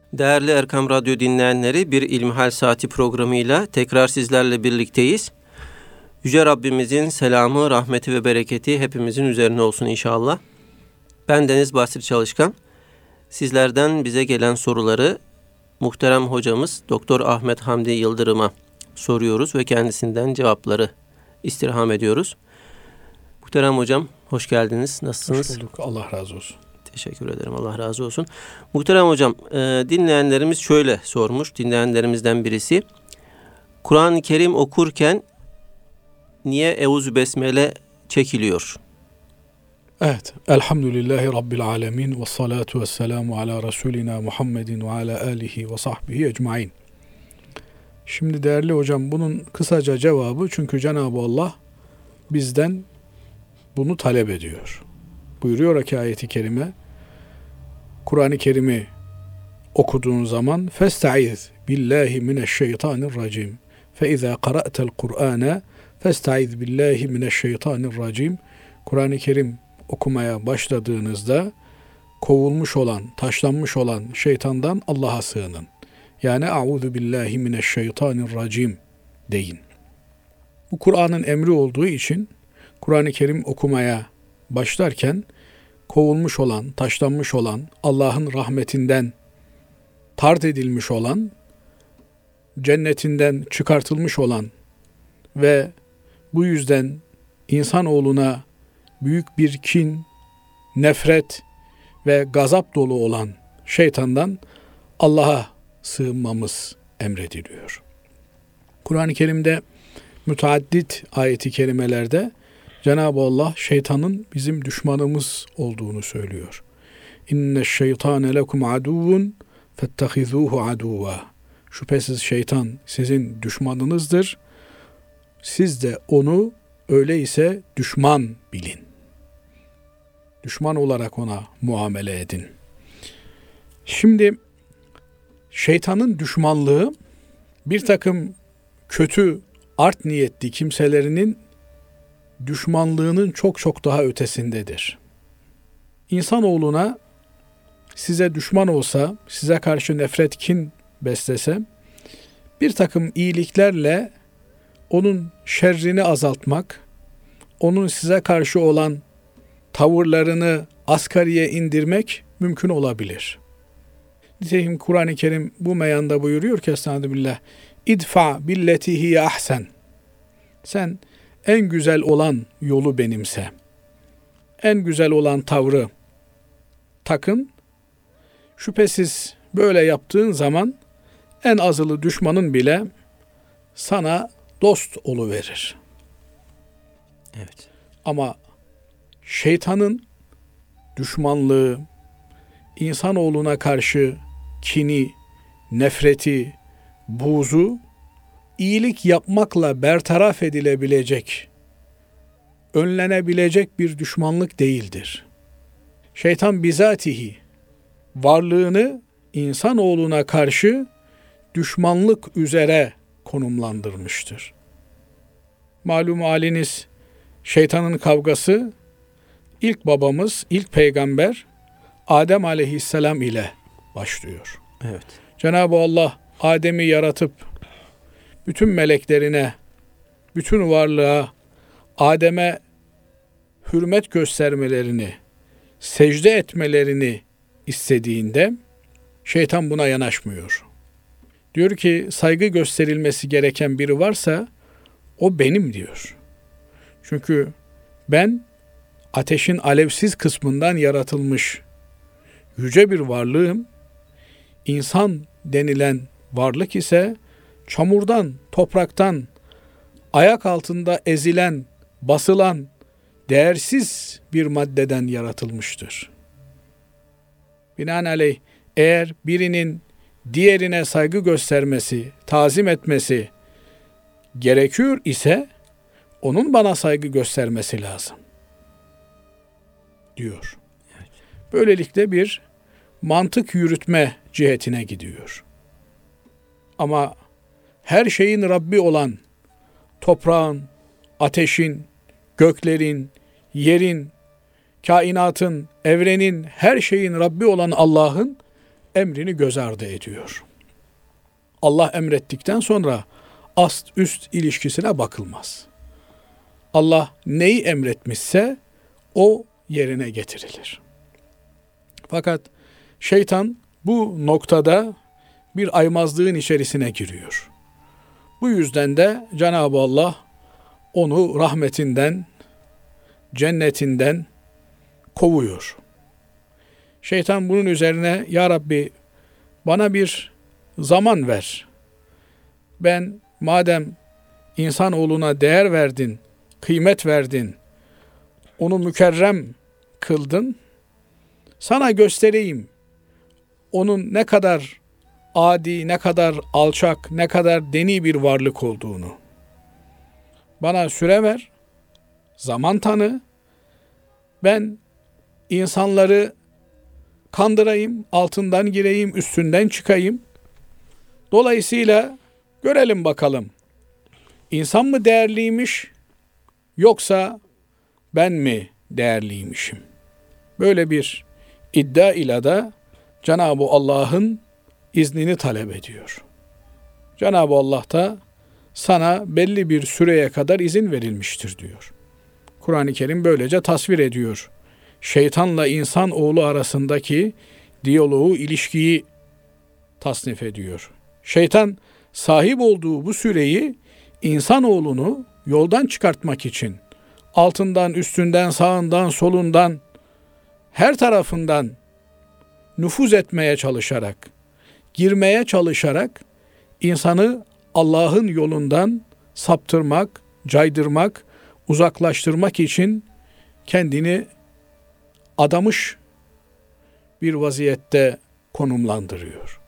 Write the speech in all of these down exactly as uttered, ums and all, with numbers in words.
Değerli Erkam Radyo dinleyenleri, bir İlmihal Saati programıyla tekrar sizlerle birlikteyiz. Yüce Rabbimizin selamı, rahmeti ve bereketi hepimizin üzerine olsun inşallah. Ben Deniz Basri Çalışkan. Sizlerden bize gelen soruları muhterem hocamız Doktor Ahmet Hamdi Yıldırım'a soruyoruz ve kendisinden cevapları istirham ediyoruz. Muhterem hocam, hoş geldiniz. Nasılsınız? Hoş bulduk. Allah razı olsun. Teşekkür ederim. Allah razı olsun. Muhterem hocam, e, dinleyenlerimiz şöyle sormuş. Dinleyenlerimizden birisi. Kur'an-ı Kerim okurken niye Eûzü Besmele çekiliyor? Evet. Elhamdülillahi Rabbil alemin. Ve salatu ve selamu ala Resulina Muhammedin ve ala alihi ve sahbihi ecmain. Şimdi değerli hocam, bunun kısaca cevabı, çünkü Cenab-ı Allah bizden bunu talep ediyor. Buyuruyor ki ayeti kerime, Kur'an-ı Kerim'i okuduğun zaman festaiz billahi mineşşeytanirracim. Fe izâ qara'tel Kur'âne festaiz billahi mineşşeytanirracim. Kur'an-ı Kerim okumaya başladığınızda kovulmuş olan, taşlanmış olan şeytandan Allah'a sığının. Yani Euzu billahi mineşşeytanirracim deyin. Bu Kur'an'ın emri olduğu için Kur'an-ı Kerim okumaya başlarken kovulmuş olan, taşlanmış olan, Allah'ın rahmetinden tard edilmiş olan, cennetinden çıkartılmış olan ve bu yüzden insanoğluna büyük bir kin, nefret ve gazap dolu olan şeytandan Allah'a sığınmamız emrediliyor. Kur'an-ı Kerim'de müteaddit ayeti kerimelerde Cenab-ı Allah şeytanın bizim düşmanımız olduğunu söylüyor. İnneşşeytane lekum aduvun fettehizuhu aduva. Şüphesiz şeytan sizin düşmanınızdır. Siz de onu öyleyse düşman bilin. Düşman olarak ona muamele edin. Şimdi şeytanın düşmanlığı bir takım kötü, art niyetli kimselerinin düşmanlığının çok çok daha ötesindedir. İnsanoğluna size düşman olsa, size karşı nefret, kin beslese, bir takım iyiliklerle onun şerrini azaltmak, onun size karşı olan tavırlarını asgariye indirmek mümkün olabilir. Nitekim Kur'an-ı Kerim bu meyanda buyuruyor ki estağfirullah, İdfa billeti hiye ahsen. Sen en güzel olan yolu benimse, en güzel olan tavrı takın. Şüphesiz böyle yaptığın zaman en azılı düşmanın bile sana dost oluverir. Evet. Ama şeytanın düşmanlığı, insanoğluna karşı kini, nefreti, buğzu, iyilik yapmakla bertaraf edilebilecek, önlenebilecek bir düşmanlık değildir. Şeytan bizatihi varlığını insanoğluna karşı düşmanlık üzere konumlandırmıştır. Malum haliniz, şeytanın kavgası ilk babamız, ilk peygamber Adem aleyhisselam ile başlıyor. Evet. Cenab-ı Allah Adem'i yaratıp bütün meleklerine, bütün varlığa Adem'e hürmet göstermelerini, secde etmelerini istediğinde şeytan buna yanaşmıyor. Diyor ki saygı gösterilmesi gereken biri varsa o benim diyor. Çünkü ben ateşin alevsiz kısmından yaratılmış yüce bir varlığım. İnsan denilen varlık ise çamurdan, topraktan, ayak altında ezilen, basılan, değersiz bir maddeden yaratılmıştır. Binaenaleyh eğer birinin diğerine saygı göstermesi, tazim etmesi gerekiyor ise onun bana saygı göstermesi lazım diyor. Evet. Böylelikle bir mantık yürütme cihetine gidiyor. Ama her şeyin Rabbi olan toprağın, ateşin, göklerin, yerin, kainatın, evrenin, her şeyin Rabbi olan Allah'ın emrini göz ardı ediyor. Allah emrettikten sonra ast üst ilişkisine bakılmaz. Allah neyi emretmişse o yerine getirilir. Fakat şeytan bu noktada bir aymazlığın içerisine giriyor. Bu yüzden de Cenab-ı Allah onu rahmetinden, cennetinden kovuyor. Şeytan bunun üzerine ya Rabbi bana bir zaman ver. Ben madem insanoğluna değer verdin, kıymet verdin, onu mükerrem kıldın, sana göstereyim onun ne kadar adi, ne kadar alçak, ne kadar deni bir varlık olduğunu. Bana süre ver, zaman tanı, ben insanları kandırayım, altından gireyim, üstünden çıkayım. Dolayısıyla görelim bakalım, İnsan mı değerliymiş, yoksa ben mi değerliymişim? Böyle bir iddia ile de Cenab-ı Allah'ın iznini talep ediyor. Cenab-ı Allah da sana belli bir süreye kadar izin verilmiştir diyor. Kur'an-ı Kerim böylece tasvir ediyor. Şeytanla insan oğlu arasındaki diyaloğu, ilişkiyi tasnif ediyor. Şeytan sahip olduğu bu süreyi insanoğlunu yoldan çıkartmak için altından, üstünden, sağından, solundan, her tarafından nüfuz etmeye çalışarak, girmeye çalışarak insanı Allah'ın yolundan saptırmak, caydırmak, uzaklaştırmak için kendini adamış bir vaziyette konumlandırıyor.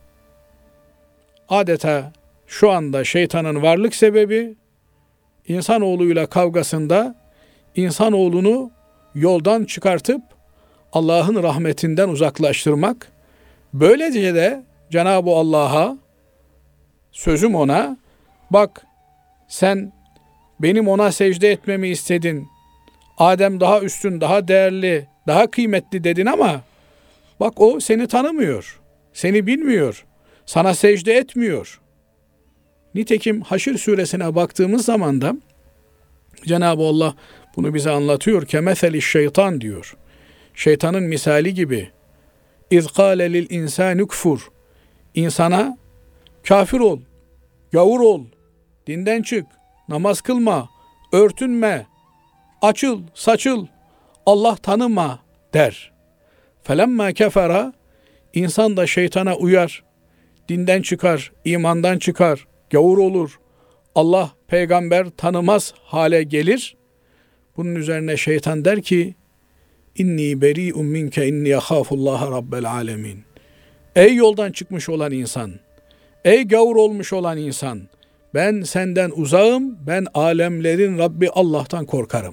Adeta şu anda şeytanın varlık sebebi insanoğluyla kavgasında insanoğlunu yoldan çıkartıp Allah'ın rahmetinden uzaklaştırmak. Böylece de Cenab-ı Allah'a, sözüm ona, bak sen benim ona secde etmemi istedin. Adem daha üstün, daha değerli, daha kıymetli dedin ama bak o seni tanımıyor, seni bilmiyor, sana secde etmiyor. Nitekim Haşr suresine baktığımız zaman da Cenab-ı Allah bunu bize anlatıyor. Kemeseli şeytan diyor. Şeytanın misali gibi. İz kâle lil insâni kfur. İnsana kafir ol, gavur ol, dinden çık, namaz kılma, örtünme, açıl, saçıl, Allah tanıma der. Felemmâ kefera, insan da şeytana uyar, dinden çıkar, imandan çıkar, gavur olur, Allah, peygamber tanımaz hale gelir. Bunun üzerine şeytan der ki, İnni beri'un minke inni yahâfullâhe rabbel âlemin. Ey yoldan çıkmış olan insan, ey gavur olmuş olan insan, ben senden uzağım, ben alemlerin Rabbi Allah'tan korkarım.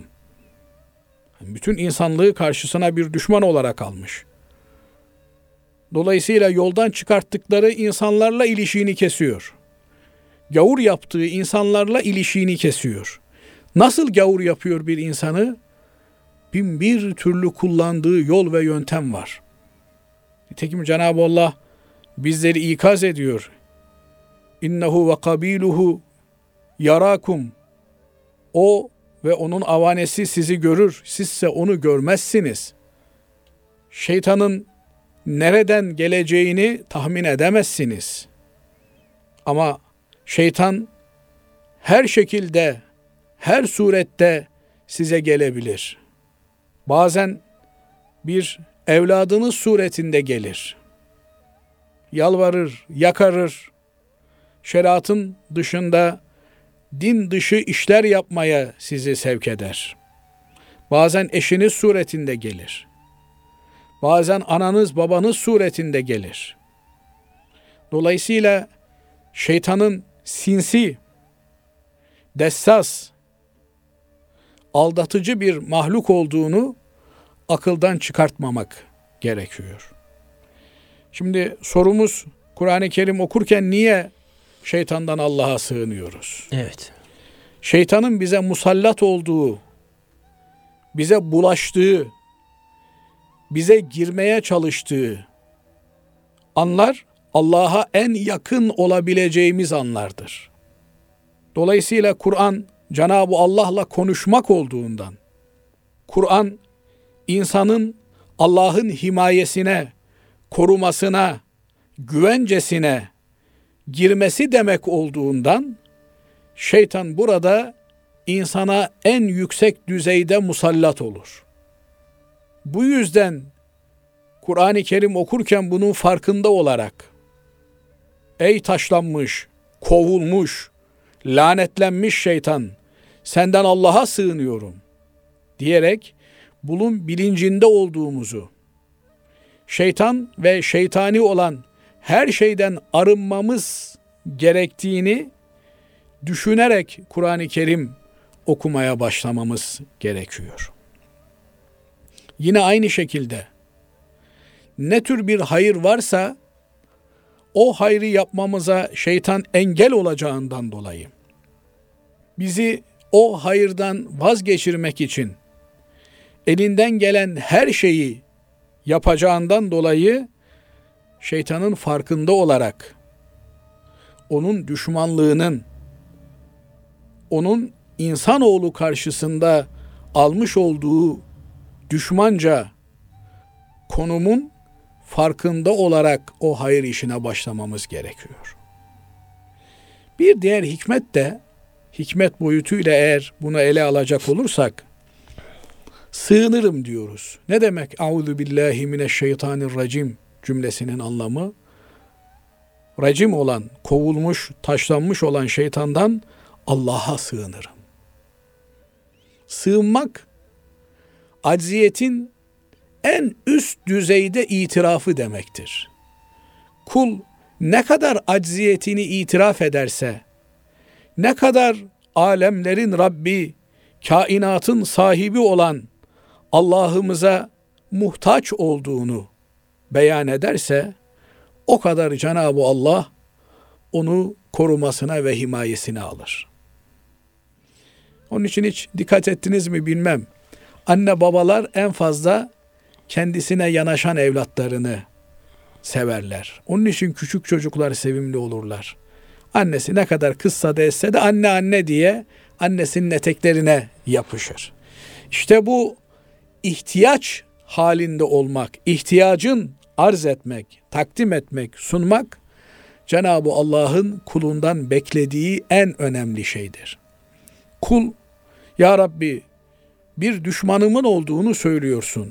Bütün insanlığı karşısına bir düşman olarak almış. Dolayısıyla yoldan çıkarttıkları insanlarla ilişiğini kesiyor. Gavur yaptığı insanlarla ilişiğini kesiyor. Nasıl gavur yapıyor bir insanı? Bin bir türlü kullandığı yol ve yöntem var. Nitekim Cenab-ı Allah bizleri ikaz ediyor. İnnehu ve kabiluhu yarakum. O ve onun avanesi sizi görür, sizse onu görmezsiniz. Şeytanın nereden geleceğini tahmin edemezsiniz. Ama şeytan her şekilde, her surette size gelebilir. Bazen bir evladınız suretinde gelir. Yalvarır, yakarır. Şeriatın dışında, din dışı işler yapmaya sizi sevk eder. Bazen eşiniz suretinde gelir. Bazen ananız, babanız suretinde gelir. Dolayısıyla şeytanın sinsi, dessas, aldatıcı bir mahluk olduğunu akıldan çıkartmamak gerekiyor. Şimdi sorumuz, Kur'an-ı Kerim okurken niye şeytandan Allah'a sığınıyoruz? Evet. Şeytanın bize musallat olduğu, bize bulaştığı, bize girmeye çalıştığı anlar Allah'a en yakın olabileceğimiz anlardır. Dolayısıyla Kur'an Cenab-ı Allah'la konuşmak olduğundan, Kur'an insanın Allah'ın himayesine, korumasına, güvencesine girmesi demek olduğundan, şeytan burada insana en yüksek düzeyde musallat olur. Bu yüzden Kur'an-ı Kerim okurken bunun farkında olarak, ey taşlanmış, kovulmuş, lanetlenmiş şeytan, senden Allah'a sığınıyorum diyerek bunun bilincinde olduğumuzu, şeytan ve şeytani olan her şeyden arınmamız gerektiğini düşünerek Kur'an-ı Kerim okumaya başlamamız gerekiyor. Yine aynı şekilde ne tür bir hayır varsa o hayrı yapmamıza şeytan engel olacağından dolayı bizi o hayırdan vazgeçirmek için elinden gelen her şeyi yapacağından dolayı şeytanın farkında olarak onun düşmanlığının, onun insanoğlu karşısında almış olduğu düşmanca konumun farkında olarak o hayır işine başlamamız gerekiyor. Bir diğer hikmet de, hikmet boyutuyla eğer bunu ele alacak olursak, sığınırım diyoruz. Ne demek? Euzu billahi mineşşeytanirracim cümlesinin anlamı, racim olan, kovulmuş, taşlanmış olan şeytandan Allah'a sığınırım. Sığınmak, acziyetin en üst düzeyde itirafı demektir. Kul ne kadar acziyetini itiraf ederse, ne kadar alemlerin Rabbi, kainatın sahibi olan Allah'ımıza muhtaç olduğunu beyan ederse, o kadar Cenab-ı Allah onu korumasına ve himayesine alır. Onun için hiç dikkat ettiniz mi bilmem. Anne babalar en fazla kendisine yanaşan evlatlarını severler. Onun için küçük çocuklar sevimli olurlar. Annesi ne kadar kızsa da etse de anne anne diye annesinin eteklerine yapışır. İşte bu ihtiyaç halinde olmak, ihtiyacın arz etmek, takdim etmek, sunmak Cenab-ı Allah'ın kulundan beklediği en önemli şeydir. Kul, ya Rabbi bir düşmanımın olduğunu söylüyorsun.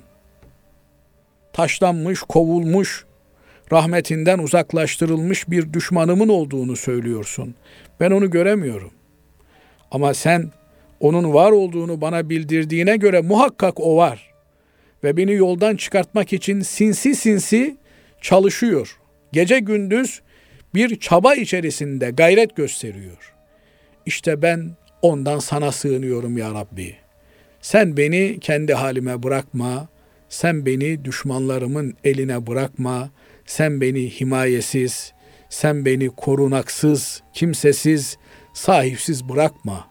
Taşlanmış, kovulmuş, rahmetinden uzaklaştırılmış bir düşmanımın olduğunu söylüyorsun. Ben onu göremiyorum. Ama sen onun var olduğunu bana bildirdiğine göre muhakkak o var. Ve beni yoldan çıkartmak için sinsi sinsi çalışıyor. Gece gündüz bir çaba içerisinde gayret gösteriyor. İşte ben ondan sana sığınıyorum ya Rabbi. Sen beni kendi halime bırakma. Sen beni düşmanlarımın eline bırakma. Sen beni himayesiz, sen beni korunaksız, kimsesiz, sahipsiz bırakma.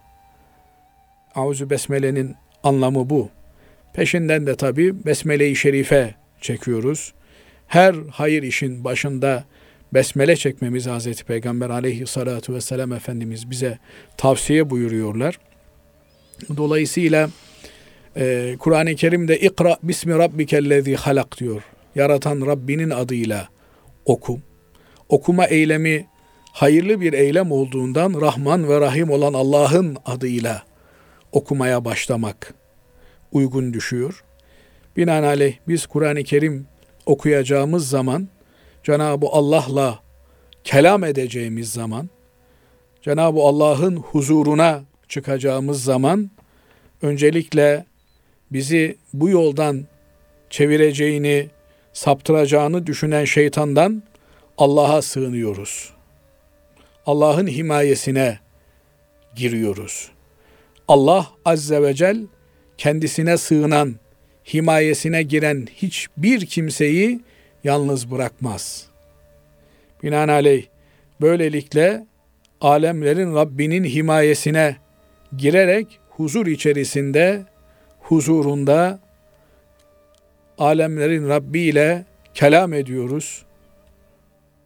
Auzu Besmele'nin anlamı bu. Peşinden de tabii Besmele-i Şerife çekiyoruz. Her hayır işin başında Besmele çekmemizi Hazreti Peygamber aleyhissalatu vesselam Efendimiz bize tavsiye buyuruyorlar. Dolayısıyla e, Kur'an-ı Kerim'de İkra bismi rabbikellezi halak diyor. Yaratan Rabbinin adıyla oku. Okuma eylemi hayırlı bir eylem olduğundan Rahman ve Rahim olan Allah'ın adıyla okumaya başlamak uygun düşüyor. Binaenaleyh biz Kur'an-ı Kerim okuyacağımız zaman, Cenab-ı Allah'la kelam edeceğimiz zaman, Cenab-ı Allah'ın huzuruna çıkacağımız zaman, öncelikle bizi bu yoldan çevireceğini, saptıracağını düşünen şeytandan Allah'a sığınıyoruz. Allah'ın himayesine giriyoruz. Allah Azze ve Celle kendisine sığınan, himayesine giren hiçbir kimseyi yalnız bırakmaz. Binaenaleyh böylelikle alemlerin Rabbinin himayesine girerek huzur içerisinde, huzurunda alemlerin Rabbi ile kelam ediyoruz.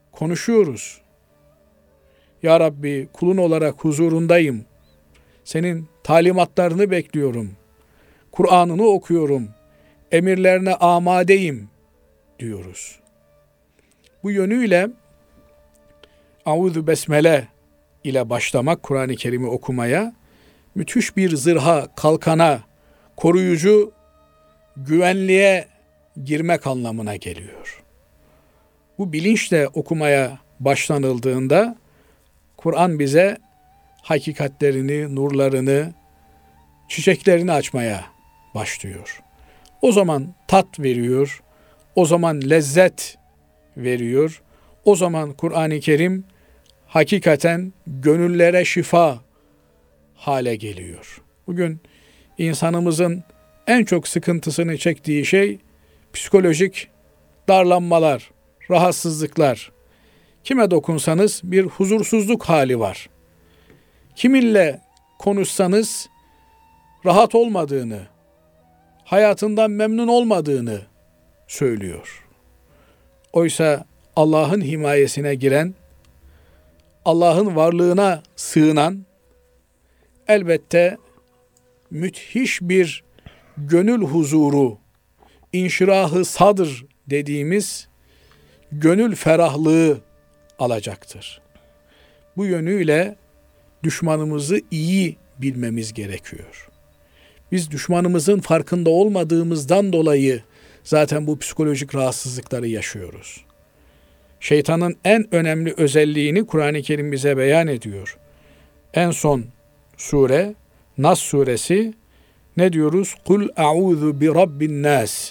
konuşuyoruz. Ya Rabbi, kulun olarak huzurundayım. Senin talimatlarını bekliyorum. Kur'an'ını okuyorum. Emirlerine amadeyim diyoruz. Bu yönüyle Auzu Besmele ile başlamak Kur'an-ı Kerim'i okumaya müthiş bir zırha, kalkana, koruyucu, güvenliğe girmek anlamına geliyor. Bu bilinçle okumaya başlanıldığında Kur'an bize hakikatlerini, nurlarını, çiçeklerini açmaya başlıyor. O zaman tat veriyor, o zaman lezzet veriyor. O zaman Kur'an-ı Kerim hakikaten gönüllere şifa hale geliyor. Bugün insanımızın en çok sıkıntısını çektiği şey psikolojik darlanmalar, rahatsızlıklar. Kime dokunsanız bir huzursuzluk hali var. Kiminle konuşsanız rahat olmadığını, hayatından memnun olmadığını söylüyor. Oysa Allah'ın himayesine giren, Allah'ın varlığına sığınan elbette müthiş bir gönül huzuru, inşirahı sadr dediğimiz gönül ferahlığı alacaktır. Bu yönüyle düşmanımızı iyi bilmemiz gerekiyor. Biz düşmanımızın farkında olmadığımızdan dolayı zaten bu psikolojik rahatsızlıkları yaşıyoruz. Şeytanın en önemli özelliğini Kur'an-ı Kerim bize beyan ediyor. En son sure, Nas suresi, ne diyoruz? Kul a'udhu bi rabbin nas.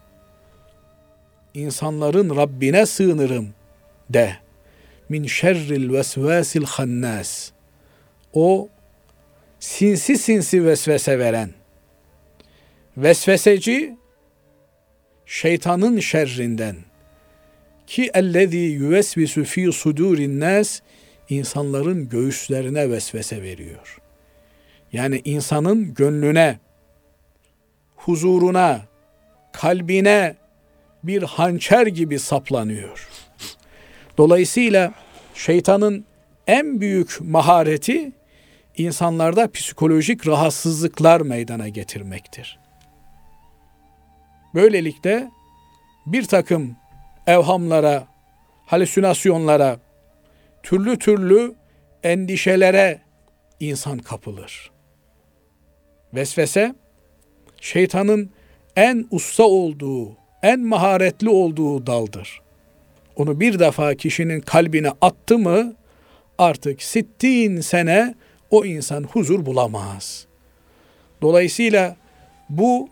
İnsanların Rabbine sığınırım de. Min şerril vesvesil hannas. O sinsi sinsi vesvese veren, vesveseci, şeytanın şerrinden, ki ellezî yüvesvisu fî sudûrin nâs, insanların göğüslerine vesvese veriyor. Yani insanın gönlüne, huzuruna, kalbine bir hançer gibi saplanıyor. Dolayısıyla şeytanın en büyük mahareti insanlarda psikolojik rahatsızlıklar meydana getirmektir. Böylelikle bir takım evhamlara, halüsinasyonlara, türlü türlü endişelere insan kapılır. Vesvese, şeytanın en usta olduğu, en maharetli olduğu daldır. Onu bir defa kişinin kalbine attı mı, artık sittin sene o insan huzur bulamaz. Dolayısıyla bu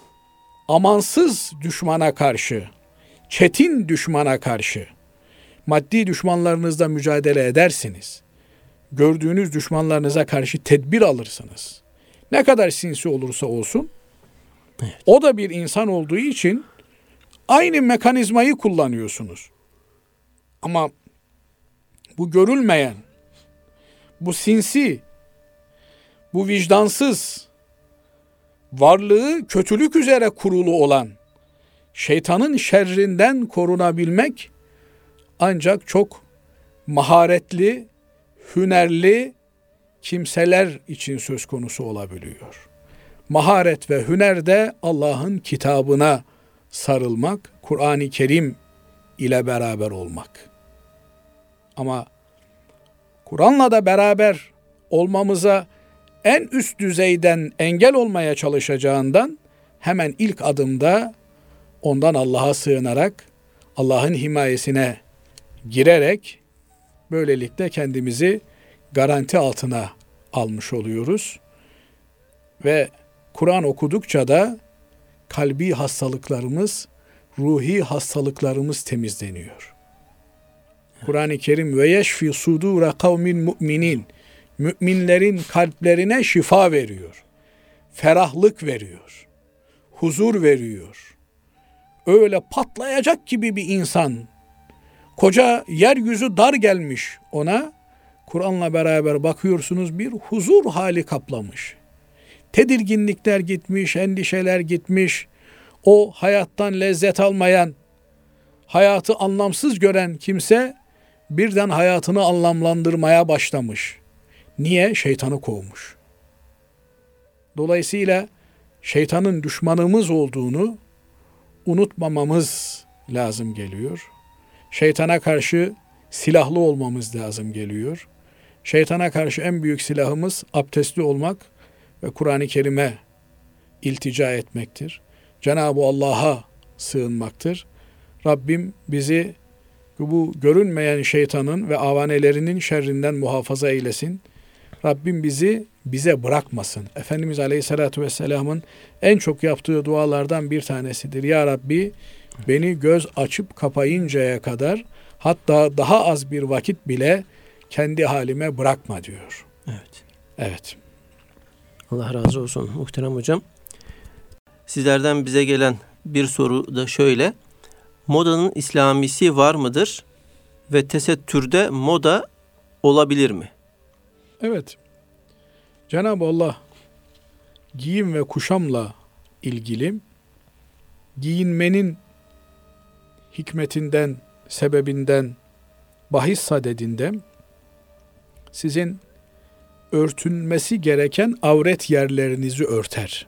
amansız düşmana karşı, çetin düşmana karşı, maddi düşmanlarınızla mücadele edersiniz. Gördüğünüz düşmanlarınıza karşı tedbir alırsınız. Ne kadar sinsi olursa olsun, evet, o da bir insan olduğu için aynı mekanizmayı kullanıyorsunuz. Ama bu görülmeyen, bu sinsi, bu vicdansız, varlığı kötülük üzere kurulu olan şeytanın şerrinden korunabilmek ancak çok maharetli, hünerli kimseler için söz konusu olabiliyor. Maharet ve hüner de Allah'ın kitabına sarılmak, Kur'an-ı Kerim ile beraber olmak. Ama Kur'an'la da beraber olmamıza en üst düzeyden engel olmaya çalışacağından hemen ilk adımda ondan Allah'a sığınarak, Allah'ın himayesine girerek böylelikle kendimizi garanti altına almış oluyoruz. Ve Kur'an okudukça da kalbi hastalıklarımız, ruhi hastalıklarımız temizleniyor. Kur'an-ı Kerim ve yeşfi sudura kavmin mu'minin, müminlerin kalplerine şifa veriyor. Ferahlık veriyor. Huzur veriyor. Öyle patlayacak gibi bir insan, koca yeryüzü dar gelmiş ona, Kur'an'la beraber bakıyorsunuz bir huzur hali kaplamış. Tedirginlikler gitmiş, endişeler gitmiş. O hayattan lezzet almayan, hayatı anlamsız gören kimse birden hayatını anlamlandırmaya başlamış. Niye? Şeytanı kovmuş. Dolayısıyla şeytanın düşmanımız olduğunu unutmamamız lazım geliyor. Şeytana karşı silahlı olmamız lazım geliyor. Şeytana karşı en büyük silahımız abdestli olmak ve Kur'an-ı Kerim'e iltica etmektir. Cenab-ı Allah'a sığınmaktır. Rabbim bizi bu görünmeyen şeytanın ve avanelerinin şerrinden muhafaza eylesin. Rabbim bizi bize bırakmasın. Efendimiz Aleyhisselatü Vesselam'ın en çok yaptığı dualardan bir tanesidir. Ya Rabbi beni göz açıp kapayıncaya kadar, hatta daha az bir vakit bile kendi halime bırakma diyor. Evet. Evet. Allah razı olsun muhterem hocam. Sizlerden bize gelen bir soru da şöyle. Modanın İslamisi var mıdır? Ve tesettürde moda olabilir mi? Evet. Cenab-ı Allah giyim ve kuşamla ilgili giyinmenin hikmetinden, sebebinden bahis sadedinde sizin örtünmesi gereken avret yerlerinizi örter.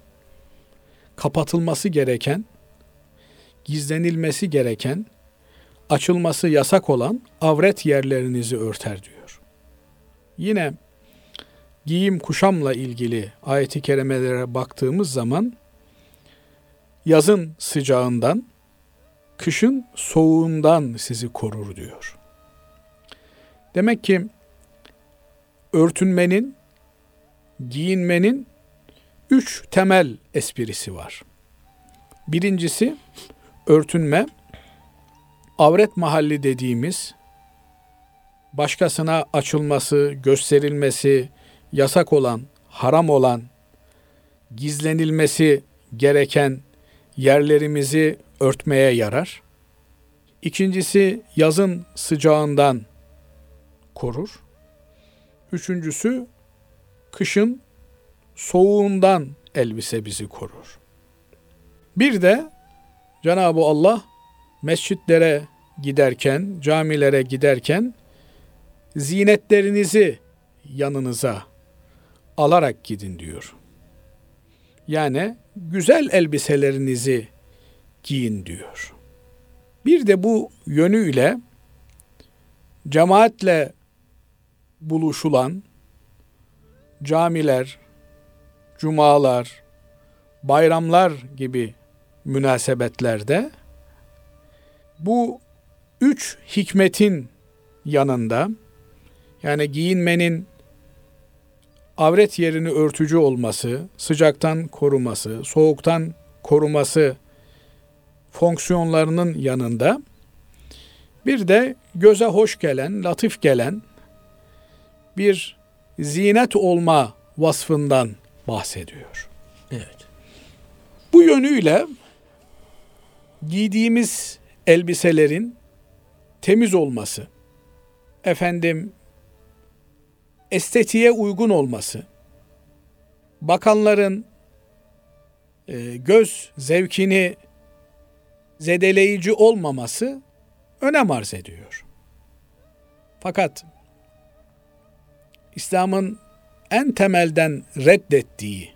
Kapatılması gereken, gizlenilmesi gereken, açılması yasak olan avret yerlerinizi örter diyor. Yine giyim kuşamla ilgili ayet-i kerimelere baktığımız zaman yazın sıcağından, kışın soğuğundan sizi korur diyor. Demek ki örtünmenin, giyinmenin üç temel esprisi var. Birincisi örtünme, avret mahalli dediğimiz, başkasına açılması, gösterilmesi yasak olan, haram olan, gizlenilmesi gereken yerlerimizi örtmeye yarar. İkincisi yazın sıcağından korur. Üçüncüsü kışın soğuğundan elbise bizi korur. Bir de Cenab-ı Allah mescitlere giderken, camilere giderken zinetlerinizi yanınıza alarak gidin diyor. Yani güzel elbiselerinizi giyin diyor. Bir de bu yönüyle cemaatle buluşulan camiler, cumalar, bayramlar gibi münasebetlerde bu üç hikmetin yanında, yani giyinmenin avret yerini örtücü olması, sıcaktan koruması, soğuktan koruması fonksiyonlarının yanında bir de göze hoş gelen, latif gelen bir zinet olma vasfından bahsediyor. Evet. Bu yönüyle giydiğimiz elbiselerin temiz olması, efendim estetiğe uygun olması, bakanların e, göz zevkini zedeleyici olmaması önem arz ediyor. Fakat İslam'ın en temelden reddettiği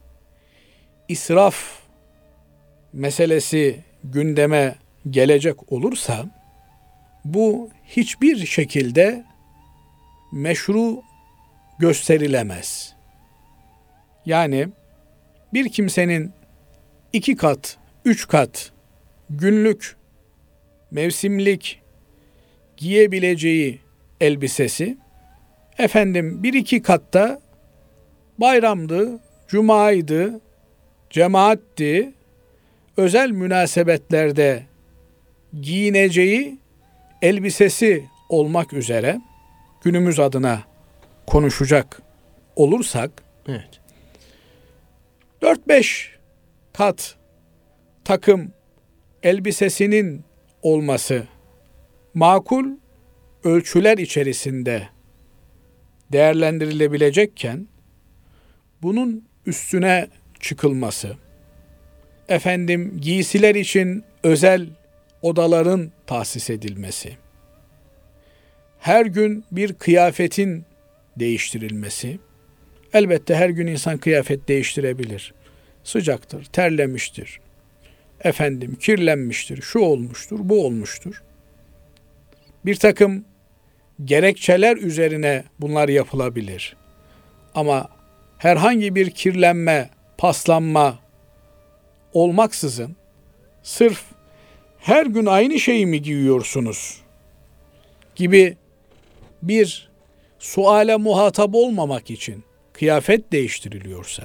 israf meselesi gündeme gelecek olursa bu hiçbir şekilde meşru gösterilemez. Yani bir kimsenin iki kat, üç kat günlük, mevsimlik giyebileceği elbisesi, efendim bir iki katta bayramdı, cumaydı, cemaatti, özel münasebetlerde giyineceği elbisesi olmak üzere günümüz adına konuşacak olursak, evet, dört beş kat takım elbisesinin olması makul ölçüler içerisinde değerlendirilebilecekken bunun üstüne çıkılması, efendim giysiler için özel odaların tahsis edilmesi, her gün bir kıyafetin değiştirilmesi. Elbette her gün insan kıyafet değiştirebilir. Sıcaktır, terlemiştir. Efendim kirlenmiştir, şu olmuştur, bu olmuştur. Bir takım gerekçeler üzerine bunlar yapılabilir. Ama herhangi bir kirlenme, paslanma olmaksızın sırf her gün aynı şeyi mi giyiyorsunuz gibi bir suale muhatap olmamak için kıyafet değiştiriliyorsa,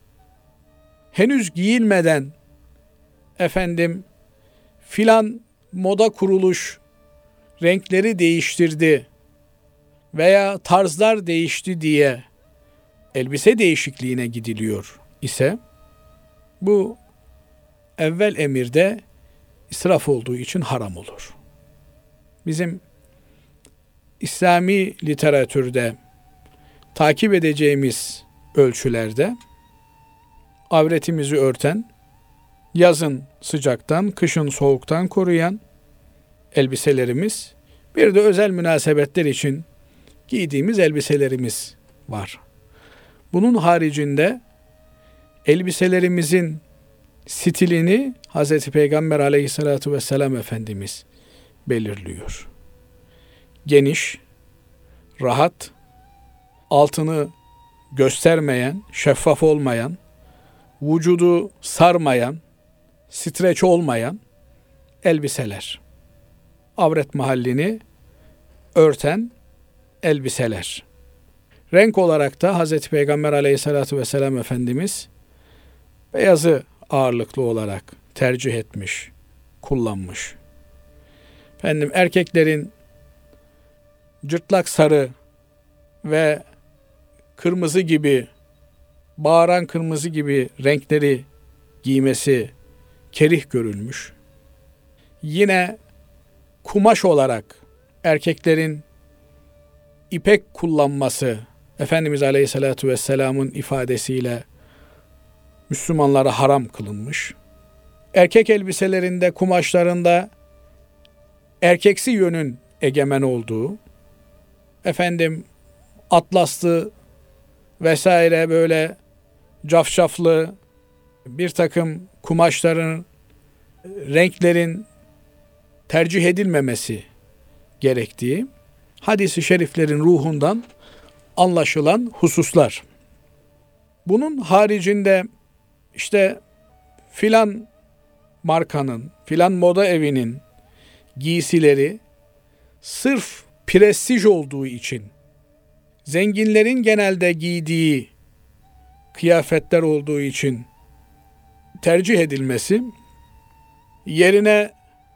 henüz giyilmeden efendim filan moda kuruluş renkleri değiştirdi veya tarzlar değişti diye elbise değişikliğine gidiliyor ise bu evvel emirde israf olduğu için haram olur. Bizim İslami literatürde takip edeceğimiz ölçülerde avretimizi örten, yazın sıcaktan, kışın soğuktan koruyan elbiselerimiz, bir de özel münasebetler için giydiğimiz elbiselerimiz var. Bunun haricinde elbiselerimizin stilini Hazreti Peygamber aleyhissalatu vesselam Efendimiz belirliyor. Geniş, rahat, altını göstermeyen, şeffaf olmayan, vücudu sarmayan, streç olmayan elbiseler. Avret mahallini örten elbiseler. Renk olarak da Hazreti Peygamber aleyhissalatu vesselam Efendimiz beyazı ağırlıklı olarak tercih etmiş, kullanmış. Efendim erkeklerin cırtlak sarı ve kırmızı gibi, bağıran kırmızı gibi renkleri giymesi kerih görülmüş. Yine kumaş olarak erkeklerin ipek kullanması, Efendimiz Aleyhisselatü Vesselam'ın ifadesiyle Müslümanlara haram kılınmış. Erkek elbiselerinde, kumaşlarında erkeksi yönün egemen olduğu, efendim atlaslı vesaire böyle cafcaflı bir takım kumaşların, renklerin tercih edilmemesi gerektiği hadis-i şeriflerin ruhundan anlaşılan hususlar. Bunun haricinde işte filan markanın, filan moda evinin giysileri sırf prestij olduğu için, zenginlerin genelde giydiği kıyafetler olduğu için tercih edilmesi, yerine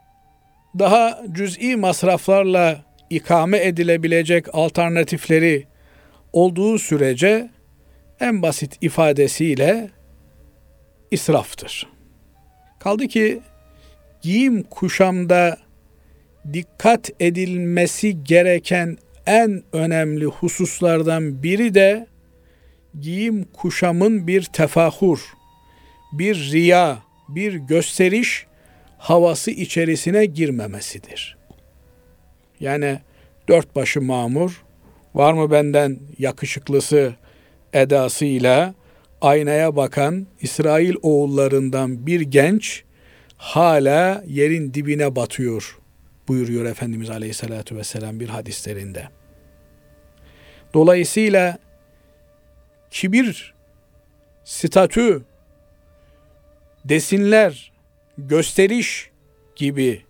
daha cüz'i masraflarla ikame edilebilecek alternatifleri olduğu sürece en basit ifadesiyle israftır. Kaldı ki giyim kuşamda dikkat edilmesi gereken en önemli hususlardan biri de giyim kuşamın bir tefahur, bir riya, bir gösteriş havası içerisine girmemesidir. Yani dört başı mamur, var mı benden yakışıklısı edasıyla aynaya bakan İsrail oğullarından bir genç hala yerin dibine batıyor buyuruyor Efendimiz Aleyhisselatü Vesselam bir hadislerinde. Dolayısıyla kibir, statü, desinler, gösteriş gibi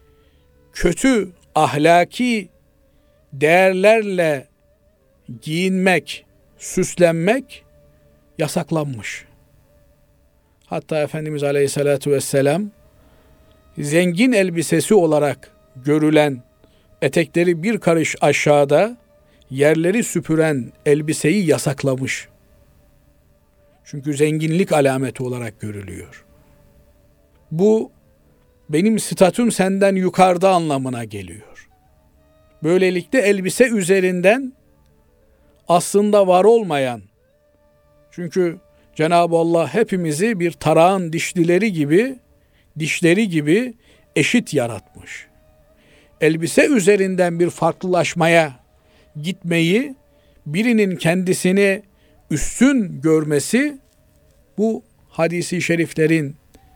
kötü ahlaki değerlerle giyinmek, süslenmek yasaklanmış. Hatta Efendimiz Aleyhisselatü Vesselam zengin elbisesi olarak görülen etekleri bir karış aşağıda yerleri süpüren elbiseyi yasaklamış. Çünkü zenginlik alameti olarak görülüyor. Bu benim statüm senden yukarıda anlamına geliyor. Böylelikle elbise üzerinden aslında var olmayan, çünkü Cenab-ı Allah hepimizi bir tarağın dişlileri gibi, dişleri gibi eşit yaratmış. elbise üzerinden bir farklılaşmaya gitmeyi, birinin kendisini üstün görmesi, bu hadisi şeriflerin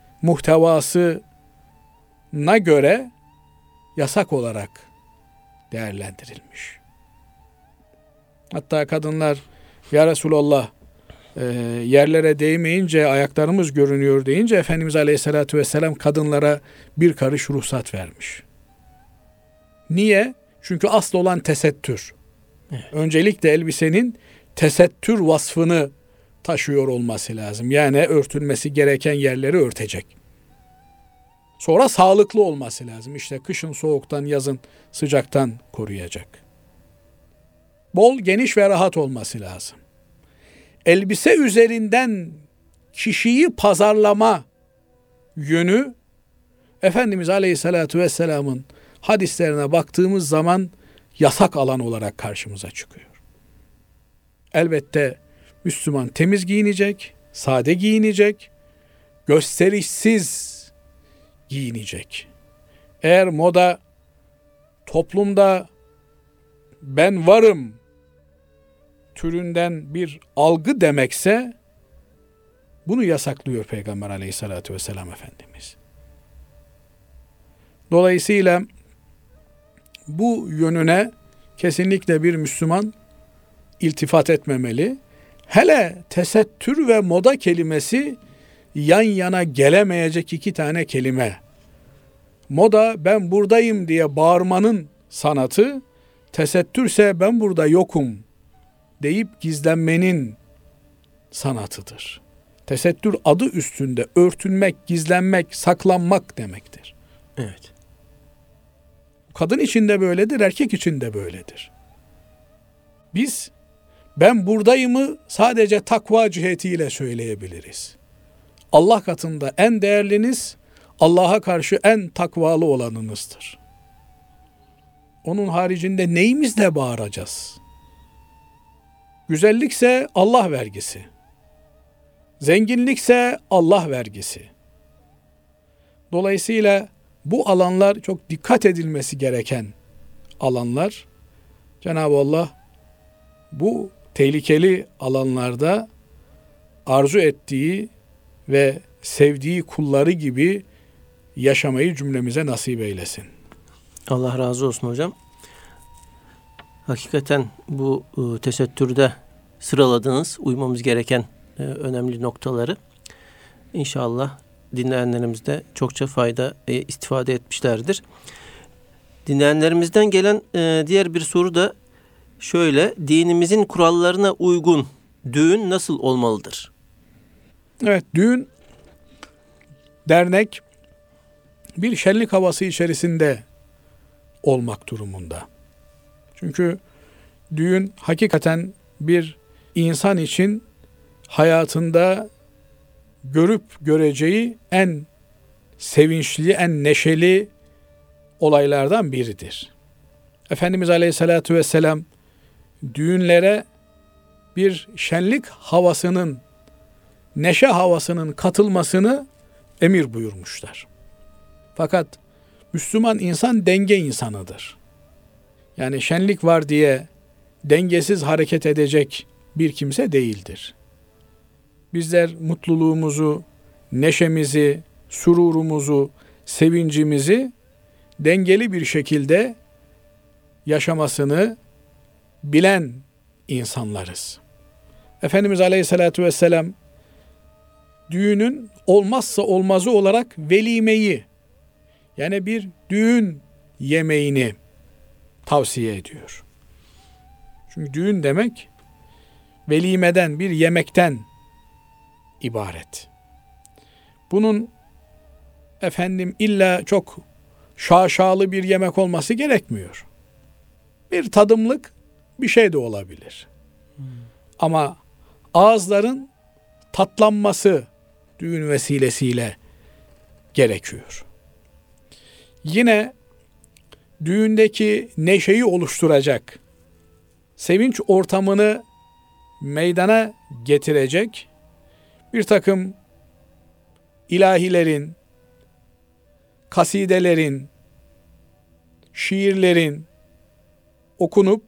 muhtevasına göre yasak olarak değerlendirilmiş. Hatta kadınlar, ya Resulallah, e, yerlere değmeyince ayaklarımız görünüyor deyince Efendimiz Aleyhisselatü Vesselam kadınlara bir karış ruhsat vermiş. Niye? Çünkü asıl olan tesettür. Evet. Öncelikle elbisenin tesettür vasfını taşıyor olması lazım. Yani örtülmesi gereken yerleri örtecek. Sonra sağlıklı olması lazım. İşte kışın soğuktan, yazın sıcaktan koruyacak. Bol, geniş ve rahat olması lazım. Elbise üzerinden kişiyi pazarlama yönü, Efendimiz Aleyhisselatü Vesselam'ın hadislerine baktığımız zaman yasak alan olarak karşımıza çıkıyor. Elbette Müslüman temiz giyinecek, sade giyinecek, gösterişsiz giyinecek. Eğer moda toplumda ben varım türünden bir algı demekse, bunu yasaklıyor Peygamber Aleyhisselatü Vesselam Efendimiz. Dolayısıyla bu yönüne kesinlikle bir Müslüman iltifat etmemeli. Hele tesettür ve moda kelimesi yan yana gelemeyecek iki tane kelime. Moda ben buradayım diye bağırmanın sanatı, tesettürse ben burada yokum deyip gizlenmenin sanatıdır. Tesettür adı üstünde örtünmek, gizlenmek, saklanmak demektir. Evet. Kadın için de böyledir, erkek için de böyledir. Biz ben buradayımı sadece takva cihetiyle söyleyebiliriz. Allah katında en değerliniz, Allah'a karşı en takvalı olanınızdır. Onun haricinde neyimizle bağıracağız? Güzellikse Allah vergisi. Zenginlikse Allah vergisi. Dolayısıyla bu alanlar çok dikkat edilmesi gereken alanlar. Cenab-ı Allah bu tehlikeli alanlarda arzu ettiği ve sevdiği kulları gibi yaşamayı cümlemize nasip eylesin. Allah razı olsun hocam. Hakikaten bu e, tesettürde sıraladığınız uymamız gereken e, önemli noktaları İnşallah dinleyenlerimiz de çokça fayda e, istifade etmişlerdir. Dinleyenlerimizden gelen e, diğer bir soru da şöyle: dinimizin kurallarına uygun düğün nasıl olmalıdır? Evet, düğün, dernek bir şenlik havası içerisinde olmak durumunda. Çünkü düğün hakikaten bir insan için hayatında görüp göreceği en sevinçli, en neşeli olaylardan biridir. Efendimiz Aleyhisselatü Vesselam düğünlere bir şenlik havasının, neşe havasının katılmasını emir buyurmuşlar. Fakat Müslüman insan denge insanıdır. Yani şenlik var diye dengesiz hareket edecek bir kimse değildir. Bizler mutluluğumuzu, neşemizi, sururumuzu, sevincimizi dengeli bir şekilde yaşamasını bilen insanlarız. Efendimiz Aleyhisselatü Vesselam düğünün olmazsa olmazı olarak velimeyi, yani bir düğün yemeğini tavsiye ediyor. Çünkü düğün demek velimeden, bir yemekten ibaret. Bunun efendim illa çok şaşalı bir yemek olması gerekmiyor. Bir tadımlık bir şey de olabilir. Hmm. Ama ağızların tatlanması düğün vesilesiyle gerekiyor. Yine düğündeki neşeyi oluşturacak, sevinç ortamını meydana getirecek bir takım ilahilerin, kasidelerin, şiirlerin okunup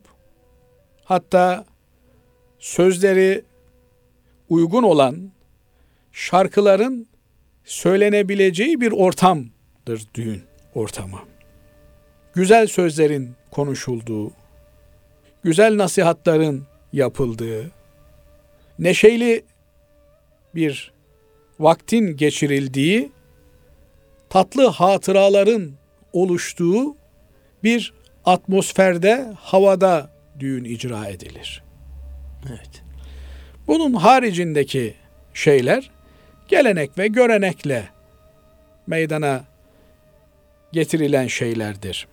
hatta sözleri uygun olan şarkıların söylenebileceği bir ortamdır düğün ortamı. Güzel sözlerin konuşulduğu, güzel nasihatların yapıldığı, neşeli bir vaktin geçirildiği, tatlı hatıraların oluştuğu bir atmosferde, havada düğün icra edilir. Evet. Bunun haricindeki şeyler gelenek ve görenekle meydana getirilen şeylerdir.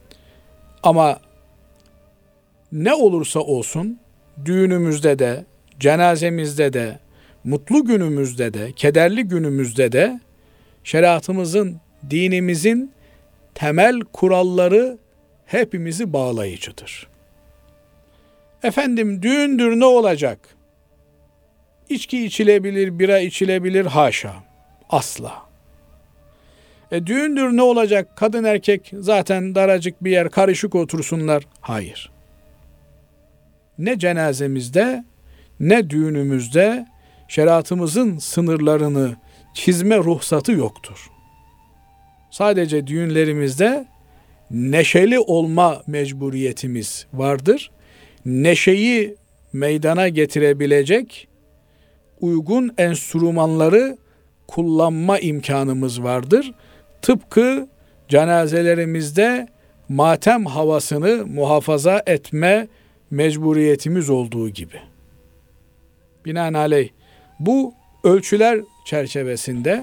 Ama ne olursa olsun düğünümüzde de, cenazemizde de, mutlu günümüzde de, kederli günümüzde de şeriatımızın, dinimizin temel kuralları hepimizi bağlayıcıdır. Efendim düğündür ne olacak? İçki içilebilir, bira içilebilir, haşa. Asla. E düğündür ne olacak? Kadın erkek zaten daracık bir yer, karışık otursunlar. Hayır. Ne cenazemizde ne düğünümüzde şeriatımızın sınırlarını çizme ruhsatı yoktur. Sadece düğünlerimizde neşeli olma mecburiyetimiz vardır. Neşeyi meydana getirebilecek uygun enstrümanları kullanma imkanımız vardır. Tıpkı cenazelerimizde matem havasını muhafaza etme mecburiyetimiz olduğu gibi. Binaenaleyh bu ölçüler çerçevesinde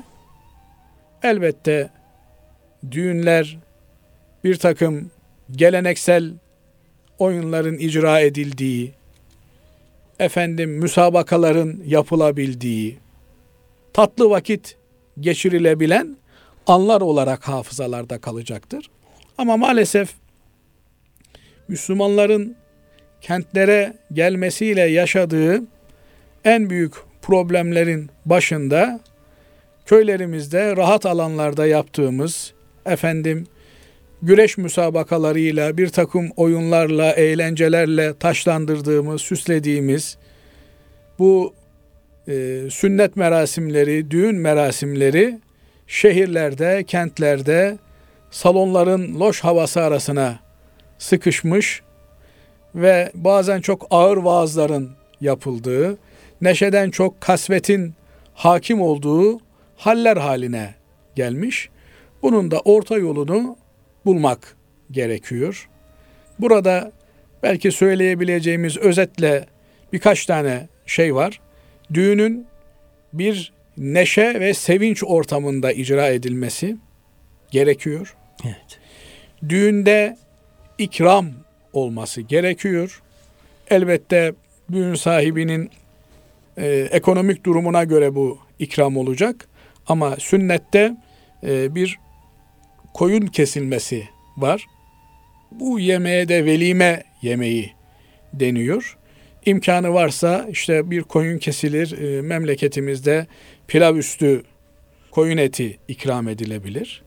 elbette düğünler bir takım geleneksel oyunların icra edildiği, efendim müsabakaların yapılabildiği, tatlı vakit geçirilebilen anlar olarak hafızalarda kalacaktır. Ama maalesef Müslümanların kentlere gelmesiyle yaşadığı en büyük problemlerin başında köylerimizde rahat alanlarda yaptığımız efendim güreş müsabakalarıyla, bir takım oyunlarla, eğlencelerle taşlandırdığımız, süslediğimiz bu e, sünnet merasimleri, düğün merasimleri şehirlerde, kentlerde salonların loş havası arasına sıkışmış ve bazen çok ağır vaazların yapıldığı, neşeden çok kasvetin hakim olduğu haller haline gelmiş. Bunun da orta yolunu bulmak gerekiyor. Burada belki söyleyebileceğimiz özetle birkaç tane şey var. Düğünün bir neşe ve sevinç ortamında icra edilmesi gerekiyor. Evet. Düğünde ikram olması gerekiyor. Elbette düğün sahibinin e, ekonomik durumuna göre bu ikram olacak. Ama sünnette e, bir koyun kesilmesi var. Bu yemeğe de velime yemeği deniyor. İmkanı varsa işte bir koyun kesilir, e, memleketimizde pilav üstü koyun eti ikram edilebilir.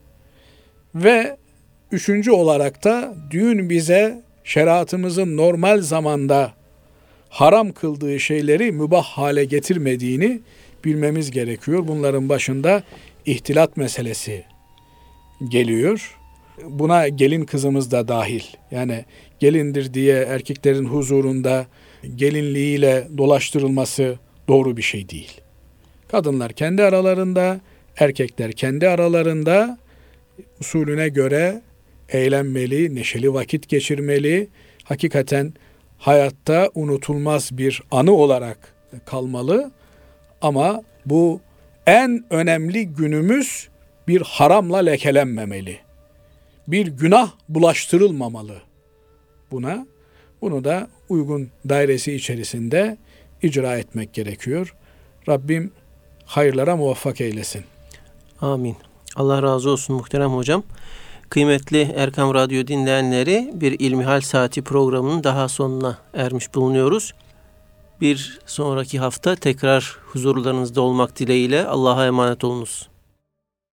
Ve üçüncü olarak da düğün bize şeriatımızın normal zamanda haram kıldığı şeyleri mübah hale getirmediğini bilmemiz gerekiyor. Bunların başında ihtilat meselesi geliyor. Buna gelin kızımız da dahil. Yani gelindir diye erkeklerin huzurunda gelinliğiyle dolaştırılması doğru bir şey değil. Kadınlar kendi aralarında, erkekler kendi aralarında usulüne göre eğlenmeli, neşeli vakit geçirmeli. Hakikaten hayatta unutulmaz bir anı olarak kalmalı. Ama bu en önemli günümüz bir haramla lekelenmemeli. Bir günah bulaştırılmamalı buna. Bunu da uygun dairesi içerisinde icra etmek gerekiyor. Rabbim hayırlara muvaffak eylesin. Amin. Allah razı olsun muhterem hocam. Kıymetli Erkam Radyo dinleyenleri, bir İlmihal Saati programının daha sonuna ermiş bulunuyoruz. Bir sonraki hafta tekrar huzurlarınızda olmak dileğiyle Allah'a emanet olunuz.